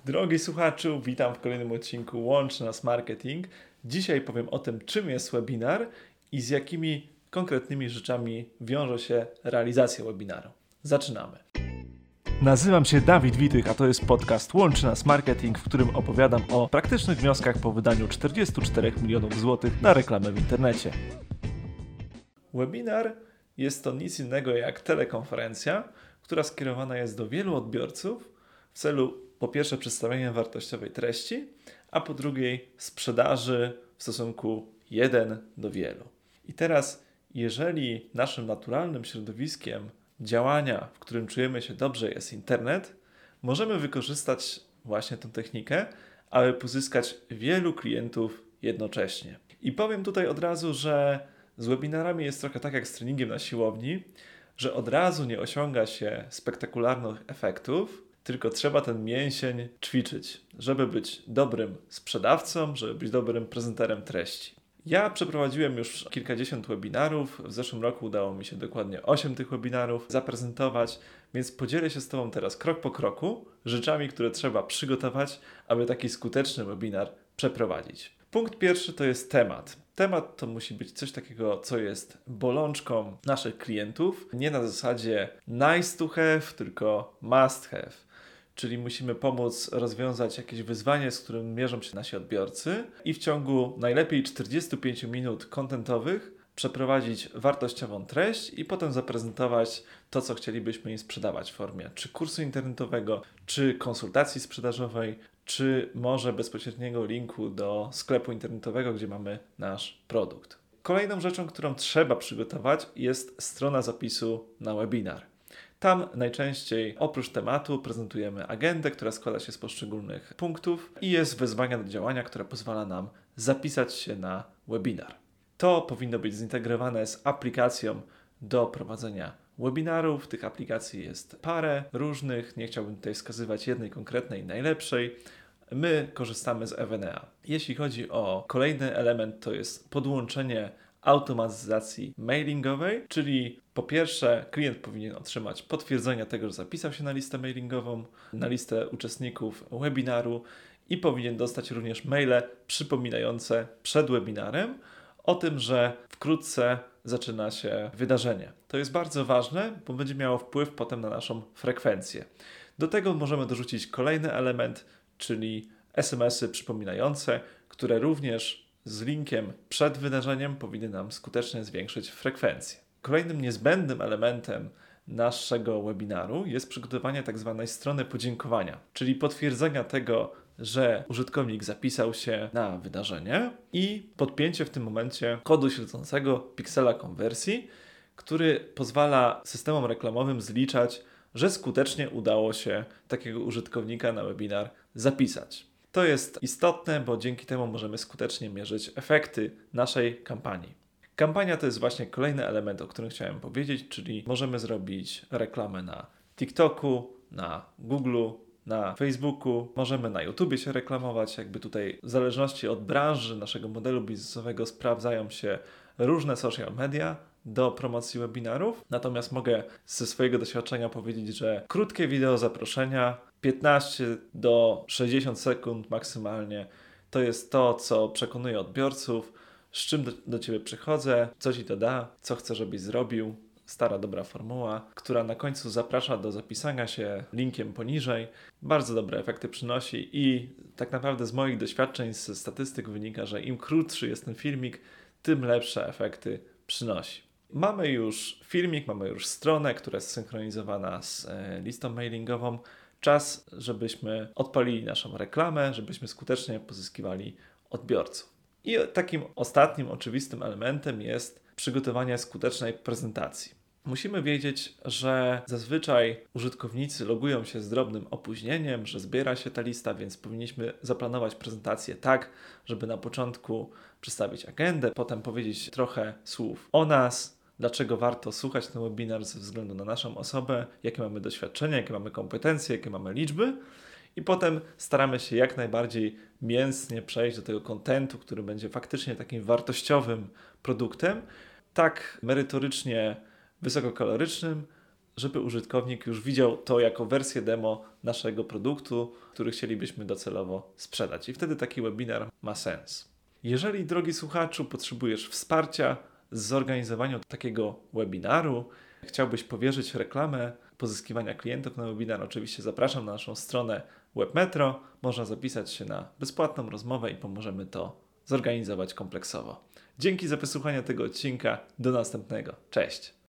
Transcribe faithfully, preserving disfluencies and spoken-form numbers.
Drogi słuchaczu, witam w kolejnym odcinku Łączy Nas Marketing. Dzisiaj powiem o tym, czym jest webinar i z jakimi konkretnymi rzeczami wiąże się realizacja webinaru. Zaczynamy. Nazywam się Dawid Witych, a to jest podcast Łączy Nas Marketing, w którym opowiadam o praktycznych wnioskach po wydaniu czterdziestu czterech milionów złotych na reklamę w internecie. Webinar jest to nic innego jak telekonferencja, która skierowana jest do wielu odbiorców w celu po pierwsze przedstawienia wartościowej treści, a po drugiej sprzedaży w stosunku jeden do wielu. I teraz, jeżeli naszym naturalnym środowiskiem działania, w którym czujemy się dobrze, jest internet, możemy wykorzystać właśnie tę technikę, aby pozyskać wielu klientów jednocześnie. I powiem tutaj od razu, że z webinarami jest trochę tak jak z treningiem na siłowni, że od razu nie osiąga się spektakularnych efektów, tylko trzeba ten mięsień ćwiczyć, żeby być dobrym sprzedawcą, żeby być dobrym prezenterem treści. Ja przeprowadziłem już kilkadziesiąt webinarów, w zeszłym roku udało mi się dokładnie osiem tych webinarów zaprezentować, więc podzielę się z Tobą teraz krok po kroku rzeczami, które trzeba przygotować, aby taki skuteczny webinar przeprowadzić. Punkt pierwszy to jest temat. Temat to musi być coś takiego, co jest bolączką naszych klientów, nie na zasadzie nice to have, tylko must have. Czyli musimy pomóc rozwiązać jakieś wyzwanie, z którym mierzą się nasi odbiorcy i w ciągu najlepiej czterdziestu pięciu minut kontentowych przeprowadzić wartościową treść i potem zaprezentować to, co chcielibyśmy im sprzedawać w formie czy kursu internetowego, czy konsultacji sprzedażowej, czy może bezpośredniego linku do sklepu internetowego, gdzie mamy nasz produkt. Kolejną rzeczą, którą trzeba przygotować, jest strona zapisu na webinar. Tam najczęściej oprócz tematu prezentujemy agendę, która składa się z poszczególnych punktów i jest wezwania do działania, które pozwala nam zapisać się na webinar. To powinno być zintegrowane z aplikacją do prowadzenia webinarów. Tych aplikacji jest parę różnych, nie chciałbym tutaj wskazywać jednej konkretnej, najlepszej. My korzystamy z Evenea. Jeśli chodzi o kolejny element, to jest podłączenie automatyzacji mailingowej, czyli po pierwsze klient powinien otrzymać potwierdzenie tego, że zapisał się na listę mailingową, na listę uczestników webinaru i powinien dostać również maile przypominające przed webinarem o tym, że wkrótce zaczyna się wydarzenie. To jest bardzo ważne, bo będzie miało wpływ potem na naszą frekwencję. Do tego możemy dorzucić kolejny element, czyli es em esy przypominające, które również z linkiem przed wydarzeniem powinny nam skutecznie zwiększyć frekwencję. Kolejnym niezbędnym elementem naszego webinaru jest przygotowanie tak zwanej strony podziękowania, czyli potwierdzenia tego, że użytkownik zapisał się na wydarzenie i podpięcie w tym momencie kodu śledzącego piksela konwersji, który pozwala systemom reklamowym zliczać, że skutecznie udało się takiego użytkownika na webinar zapisać. To jest istotne, bo dzięki temu możemy skutecznie mierzyć efekty naszej kampanii. Kampania to jest właśnie kolejny element, o którym chciałem powiedzieć, czyli możemy zrobić reklamę na TikToku, na Google'u, na Facebooku, możemy na YouTubie się reklamować, jakby tutaj w zależności od branży naszego modelu biznesowego sprawdzają się różne social media do promocji webinarów, natomiast mogę ze swojego doświadczenia powiedzieć, że krótkie wideo zaproszenia, piętnaście do sześćdziesięciu sekund maksymalnie, to jest to, co przekonuje odbiorców, z czym do, do Ciebie przychodzę, co Ci to da, co chcę, żebyś zrobił. Stara, dobra formuła, która na końcu zaprasza do zapisania się linkiem poniżej. Bardzo dobre efekty przynosi i tak naprawdę z moich doświadczeń, z statystyk wynika, że im krótszy jest ten filmik, tym lepsze efekty przynosi. Mamy już filmik, mamy już stronę, która jest synchronizowana z e, listą mailingową. Czas, żebyśmy odpalili naszą reklamę, żebyśmy skutecznie pozyskiwali odbiorców. I takim ostatnim, oczywistym elementem jest przygotowanie skutecznej prezentacji. Musimy wiedzieć, że zazwyczaj użytkownicy logują się z drobnym opóźnieniem, że zbiera się ta lista, więc powinniśmy zaplanować prezentację tak, żeby na początku przedstawić agendę, potem powiedzieć trochę słów o nas, dlaczego warto słuchać ten webinar ze względu na naszą osobę, jakie mamy doświadczenie, jakie mamy kompetencje, jakie mamy liczby. I potem staramy się jak najbardziej mięsnie przejść do tego kontentu, który będzie faktycznie takim wartościowym produktem, tak merytorycznie wysokokalorycznym, żeby użytkownik już widział to jako wersję demo naszego produktu, który chcielibyśmy docelowo sprzedać. I wtedy taki webinar ma sens. Jeżeli, drogi słuchaczu, potrzebujesz wsparcia z zorganizowaniem takiego webinaru, chciałbyś powierzyć reklamę pozyskiwania klientów na webinar, oczywiście zapraszam na naszą stronę WebMetro. Można zapisać się na bezpłatną rozmowę i pomożemy to zorganizować kompleksowo. Dzięki za wysłuchanie tego odcinka. Do następnego. Cześć!